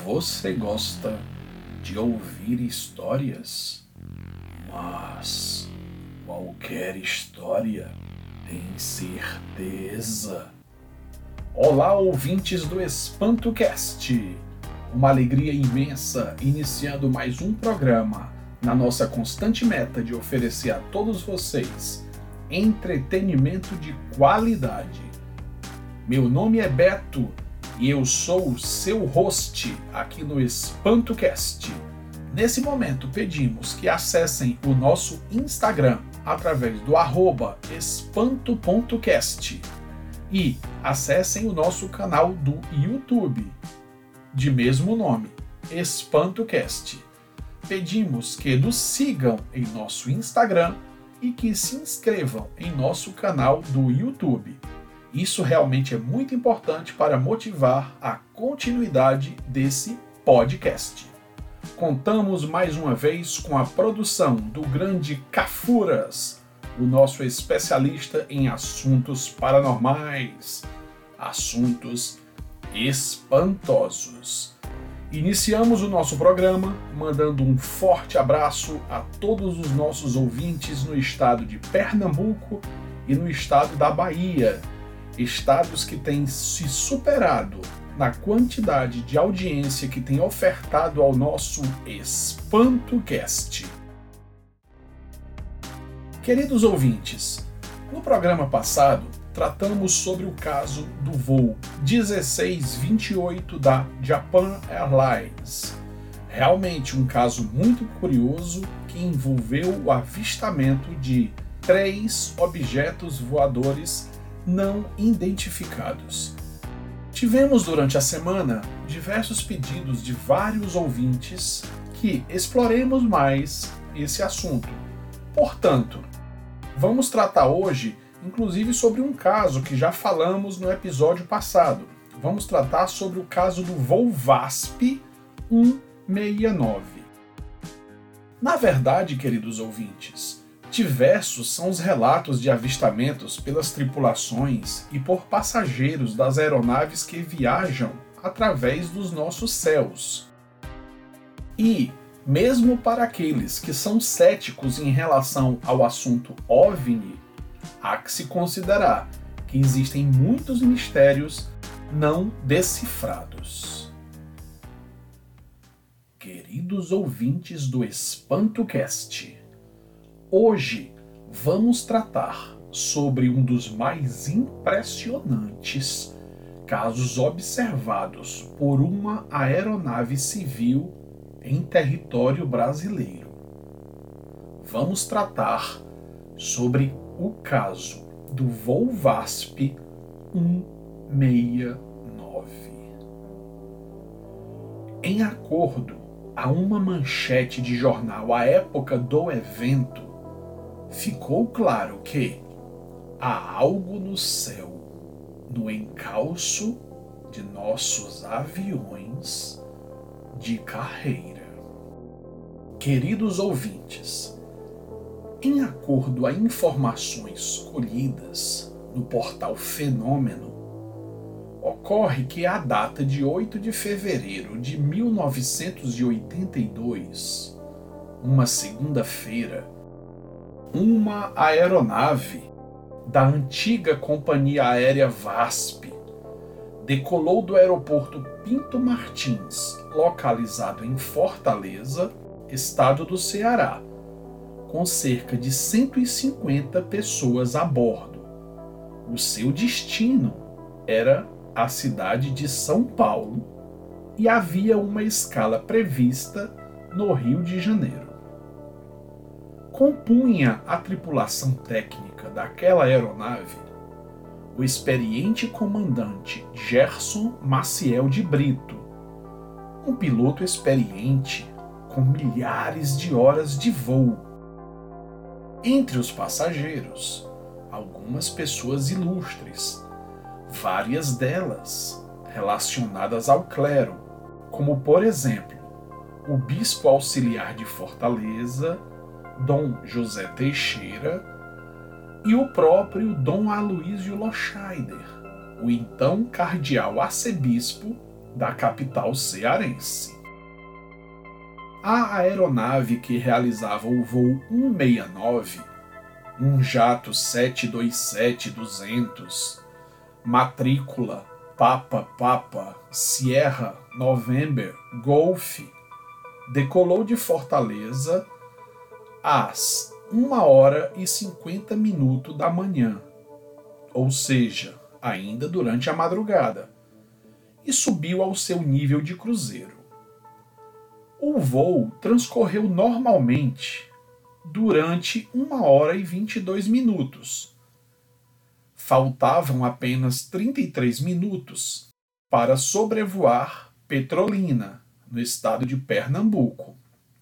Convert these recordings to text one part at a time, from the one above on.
Você gosta de ouvir histórias? Mas qualquer história, tem certeza. Olá, ouvintes do EspantoCast! Uma alegria imensa iniciando mais um programa na nossa constante meta de oferecer a todos vocês entretenimento de qualidade. Meu nome é Beto e eu sou o seu host aqui no EspantoCast. Nesse momento pedimos que acessem o nosso Instagram através do @espanto.cast e acessem o nosso canal do YouTube de mesmo nome, EspantoCast. Pedimos que nos sigam em nosso Instagram e que se inscrevam em nosso canal do YouTube. Isso realmente é muito importante para motivar a continuidade desse podcast. Contamos mais uma vez com a produção do grande Cafuras, o nosso especialista em assuntos paranormais, assuntos espantosos. Iniciamos o nosso programa mandando um forte abraço a todos os nossos ouvintes no estado de Pernambuco e no estado da Bahia, estados que têm se superado na quantidade de audiência que tem ofertado ao nosso EspantoCast. Queridos ouvintes, no programa passado tratamos sobre o caso do voo 1628 da Japan Airlines. Realmente um caso muito curioso que envolveu o avistamento de 3 objetos voadores não identificados. Tivemos durante a semana diversos pedidos de vários ouvintes que exploremos mais esse assunto. Portanto, vamos tratar hoje inclusive sobre um caso que já falamos no episódio passado. Vamos tratar sobre o caso do voo VASP 169. Na verdade, queridos ouvintes, diversos são os relatos de avistamentos pelas tripulações e por passageiros das aeronaves que viajam através dos nossos céus. E, mesmo para aqueles que são céticos em relação ao assunto OVNI, há que se considerar que existem muitos mistérios não decifrados. Queridos ouvintes do EspantoCast, hoje vamos tratar sobre um dos mais impressionantes casos observados por uma aeronave civil em território brasileiro. Vamos tratar sobre o caso do voo VASP 169. Em acordo a uma manchete de jornal à época do evento, ficou claro que há algo no céu, no encalço de nossos aviões de carreira. Queridos ouvintes, em acordo a informações colhidas no portal Fenômeno, ocorre que a data de 8 de fevereiro de 1982, uma segunda-feira, uma aeronave da antiga companhia aérea VASP decolou do aeroporto Pinto Martins, localizado em Fortaleza, estado do Ceará, com cerca de 150 pessoas a bordo. O seu destino era a cidade de São Paulo e havia uma escala prevista no Rio de Janeiro. Compunha a tripulação técnica daquela aeronave o experiente comandante Gerson Maciel de Brito, um piloto experiente com milhares de horas de voo. Entre os passageiros, algumas pessoas ilustres, várias delas relacionadas ao clero, como por exemplo, o bispo auxiliar de Fortaleza, Dom José Teixeira, e o próprio Dom Aloísio Loscheider, o então cardeal arcebispo da capital cearense. A aeronave que realizava o voo 169, um jato 727-200, matrícula Papa Sierra November Golf, decolou de Fortaleza às 1h50 da manhã, ou seja, ainda durante a madrugada, e subiu ao seu nível de cruzeiro. O voo transcorreu normalmente durante 1h22. Faltavam apenas 33 minutos para sobrevoar Petrolina, no estado de Pernambuco.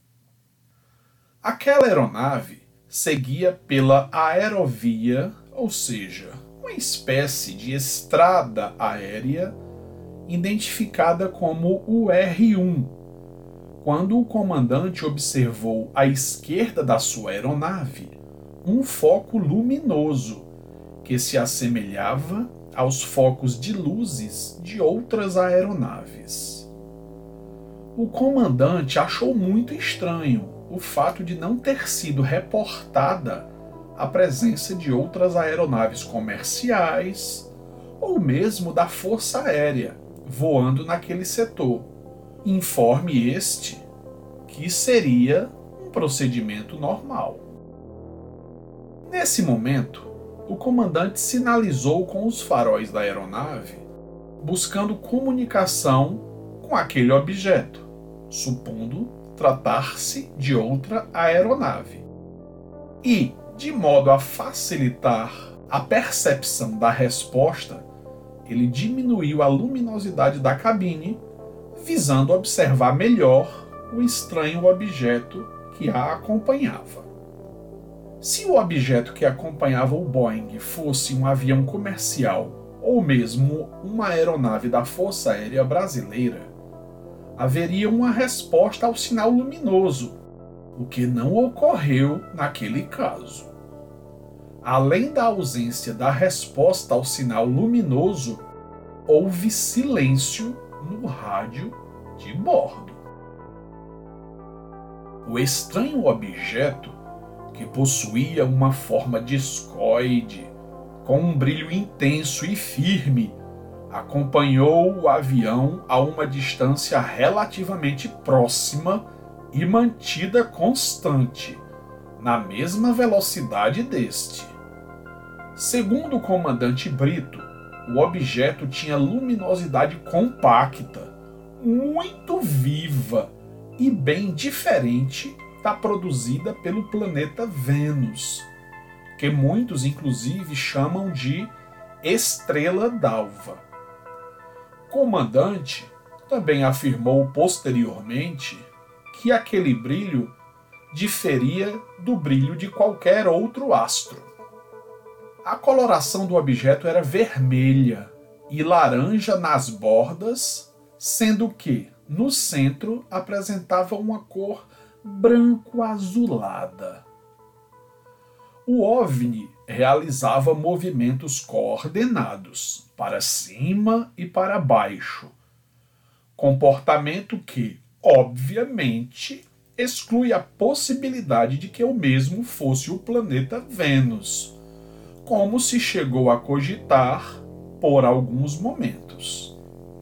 Aquela aeronave seguia pela aerovia, ou seja, uma espécie de estrada aérea identificada como o R1, quando o comandante observou à esquerda da sua aeronave um foco luminoso que se assemelhava aos focos de luzes de outras aeronaves. O comandante achou muito estranho o fato de não ter sido reportada a presença de outras aeronaves comerciais ou mesmo da Força Aérea voando naquele setor. Informe este que seria um procedimento normal. Nesse momento, o comandante sinalizou com os faróis da aeronave, buscando comunicação com aquele objeto, supondo tratar-se de outra aeronave. E, de modo a facilitar a percepção da resposta, ele diminuiu a luminosidade da cabine, visando observar melhor o estranho objeto que a acompanhava. Se o objeto que acompanhava o Boeing fosse um avião comercial ou mesmo uma aeronave da Força Aérea Brasileira, haveria uma resposta ao sinal luminoso, o que não ocorreu naquele caso. Além da ausência da resposta ao sinal luminoso, houve silêncio no rádio de bordo. O estranho objeto, que possuía uma forma discoide, com um brilho intenso e firme, acompanhou o avião a uma distância relativamente próxima e mantida constante, na mesma velocidade deste. Segundo o comandante Brito, o objeto tinha luminosidade compacta, muito viva e bem diferente da produzida pelo planeta Vênus, que muitos inclusive chamam de estrela d'alva. O comandante também afirmou posteriormente que aquele brilho diferia do brilho de qualquer outro astro. A coloração do objeto era vermelha e laranja nas bordas, sendo que, no centro, apresentava uma cor branco-azulada. O OVNI realizava movimentos coordenados, para cima e para baixo, comportamento que, obviamente, exclui a possibilidade de que o mesmo fosse o planeta Vênus, como se chegou a cogitar por alguns momentos.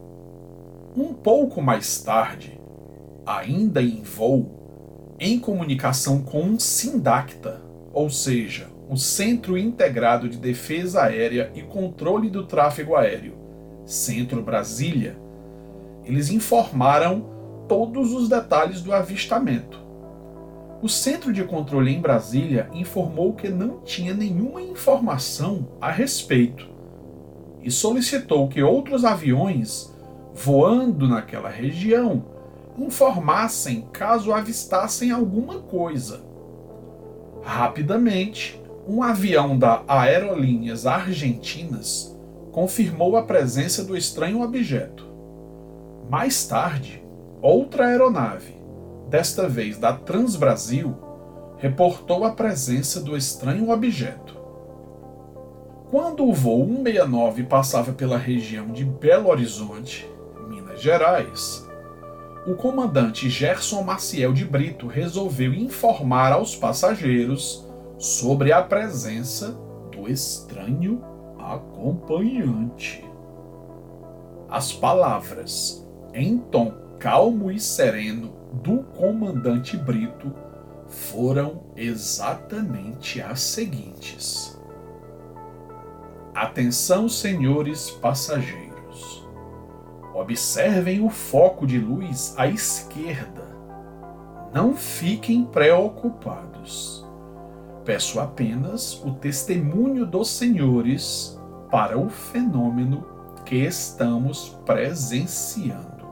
Um pouco mais tarde, ainda em voo, em comunicação com um SINDACTA, ou seja, o Centro Integrado de Defesa Aérea e Controle do Tráfego Aéreo, Centro Brasília, eles informaram todos os detalhes do avistamento. O Centro de Controle em Brasília informou que não tinha nenhuma informação a respeito e solicitou que outros aviões voando naquela região informassem caso avistassem alguma coisa. Rapidamente, um avião da Aerolíneas Argentinas confirmou a presença do estranho objeto. Mais tarde, outra aeronave, desta vez da Transbrasil, reportou a presença do estranho objeto. Quando o voo 169 passava pela região de Belo Horizonte, Minas Minas Gerais, o comandante Gerson Maciel de Brito resolveu informar aos passageiros sobre a presença do estranho acompanhante. As palavras, em tom calmo e sereno, do comandante Brito foram exatamente as seguintes: Atenção, senhores passageiros. Observem o foco de luz à esquerda. Não fiquem preocupados. Peço apenas o testemunho dos senhores para o fenômeno que estamos presenciando.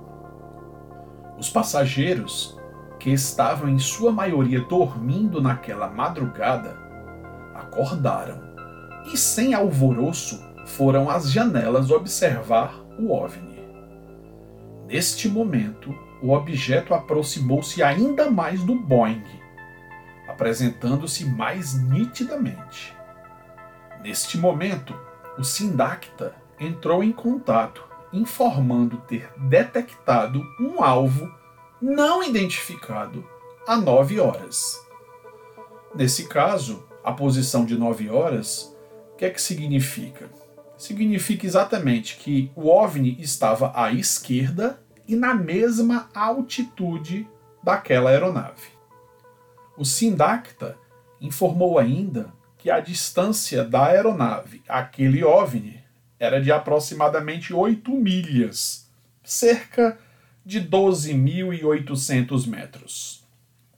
Os passageiros, que estavam em sua maioria dormindo naquela madrugada, acordaram e, sem alvoroço, foram às janelas observar o OVNI. Neste momento, o objeto aproximou-se ainda mais do Boeing, apresentando-se mais nitidamente. Neste momento, o Sindacta entrou em contato, informando ter detectado um alvo não identificado a 9 horas. Nesse caso, a posição de 9 horas, o que é que significa? Significa exatamente que o OVNI estava à esquerda e na mesma altitude daquela aeronave. O Sindacta informou ainda que a distância da aeronave àquele OVNI era de aproximadamente 8 milhas, cerca de 12.800 metros.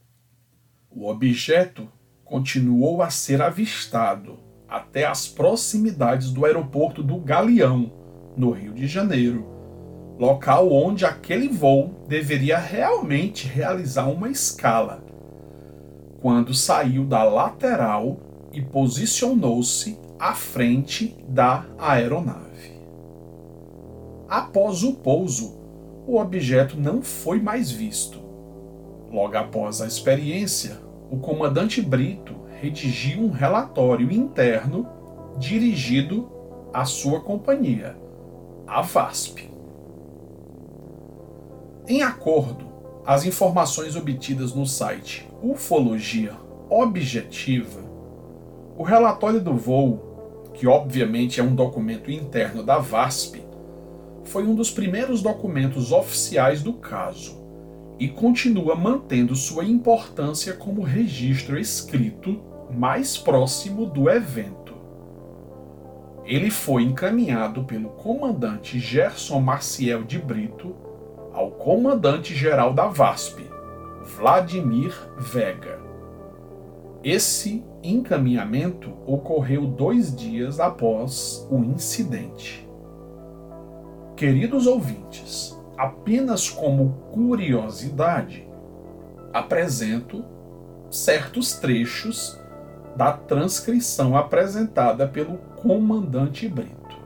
O objeto continuou a ser avistado até as proximidades do aeroporto do Galeão, no Rio de Janeiro, local onde aquele voo deveria realmente realizar uma escala, quando saiu da lateral e posicionou-se à frente da aeronave. Após o pouso, o objeto não foi mais visto. Logo após a experiência, o comandante Brito redigiu um relatório interno dirigido à sua companhia, a VASP. Em acordo, as informações obtidas no site Ufologia Objetiva, o relatório do voo, que obviamente é um documento interno da VASP, foi um dos primeiros documentos oficiais do caso e continua mantendo sua importância como registro escrito mais próximo do evento. Ele foi encaminhado pelo comandante Gerson Maciel de Brito ao comandante-geral da VASP, Vladimir Vega. Esse encaminhamento ocorreu 2 dias após o incidente. Queridos ouvintes, apenas como curiosidade, apresento certos trechos da transcrição apresentada pelo comandante Brito.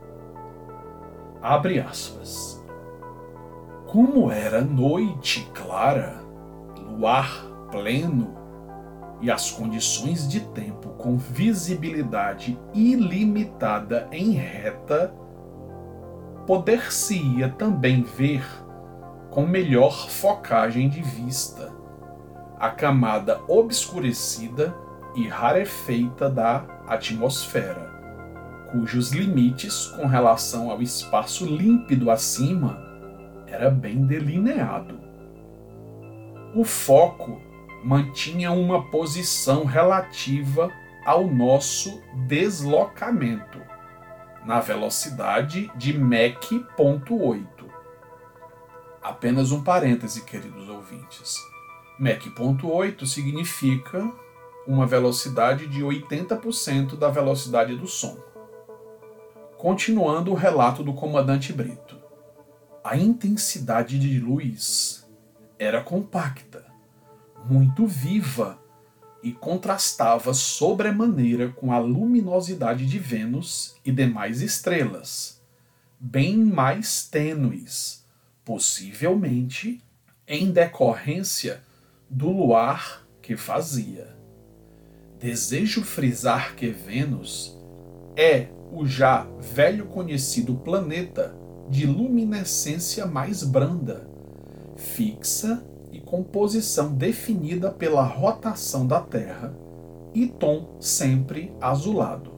Abre aspas. Como era noite clara, luar pleno e as condições de tempo com visibilidade ilimitada em reta, poder-se-ia também ver com melhor focagem de vista a camada obscurecida e rarefeita da atmosfera, cujos limites com relação ao espaço límpido acima era bem delineado. O foco mantinha uma posição relativa ao nosso deslocamento, na velocidade de Mach 0.8. Apenas um parêntese, queridos ouvintes. Mach 0.8 significa uma velocidade de 80% da velocidade do som. Continuando o relato do comandante Brito. A intensidade de luz era compacta, muito viva e contrastava sobremaneira com a luminosidade de Vênus e demais estrelas, bem mais tênues, possivelmente em decorrência do luar que fazia. Desejo frisar que Vênus é o já velho conhecido planeta de luminescência mais branda, fixa e com posição definida pela rotação da Terra e tom sempre azulado.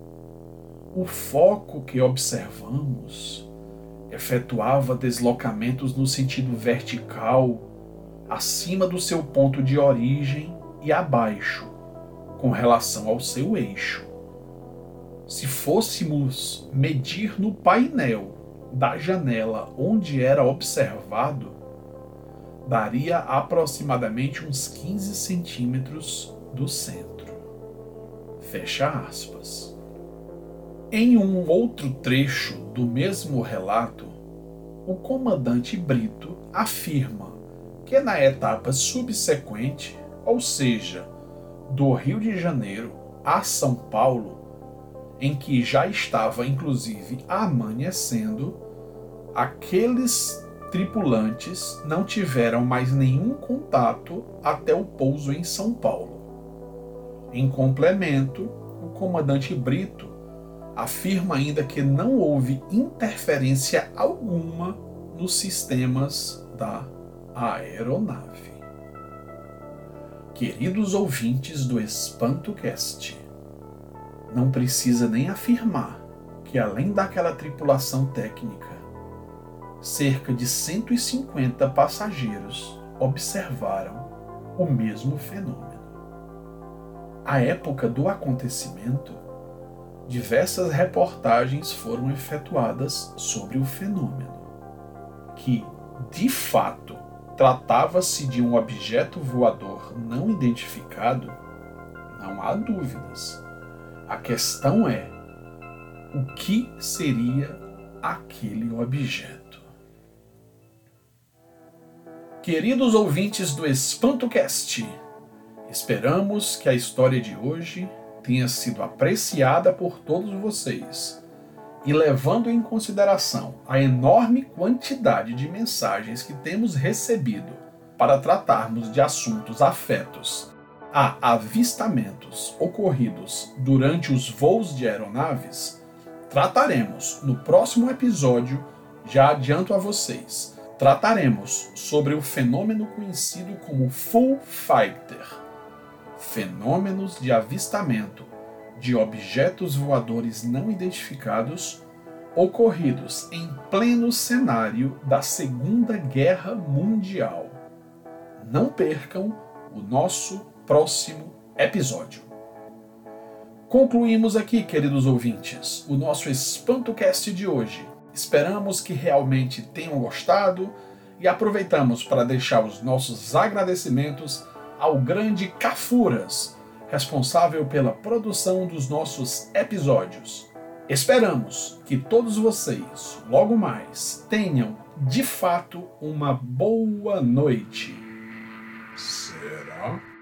O foco que observamos efetuava deslocamentos no sentido vertical, acima do seu ponto de origem e abaixo, com relação ao seu eixo. Se fôssemos medir no painel da janela onde era observado, daria aproximadamente uns 15 centímetros do centro. Fecha aspas. Em um outro trecho do mesmo relato, o comandante Brito afirma que na etapa subsequente, ou seja, do Rio de Janeiro a São Paulo, em que já estava inclusive amanhecendo, aqueles tripulantes não tiveram mais nenhum contato até o pouso em São Paulo. Em complemento, o comandante Brito afirma ainda que não houve interferência alguma nos sistemas da aeronave. Queridos ouvintes do EspantoCast, não precisa nem afirmar que além daquela tripulação técnica, cerca de 150 passageiros observaram o mesmo fenômeno. À época do acontecimento, diversas reportagens foram efetuadas sobre o fenômeno, que, de fato, tratava-se de um objeto voador não identificado. Não há dúvidas. A questão é, o que seria aquele objeto? Queridos ouvintes do EspantoCast, esperamos que a história de hoje tenha sido apreciada por todos vocês e, levando em consideração a enorme quantidade de mensagens que temos recebido para tratarmos de assuntos afetos a avistamentos ocorridos durante os voos de aeronaves, trataremos no próximo episódio, já adianto a vocês, trataremos sobre o fenômeno conhecido como Foo Fighter, fenômenos de avistamento de objetos voadores não identificados ocorridos em pleno cenário da Segunda Guerra Mundial. Não percam o nosso próximo episódio. Concluímos aqui, queridos ouvintes, o nosso EspantoCast de hoje. Esperamos que realmente tenham gostado e aproveitamos para deixar os nossos agradecimentos ao grande Cafuras, responsável pela produção dos nossos episódios. Esperamos que todos vocês, logo mais, tenham, de fato, uma boa noite. Será?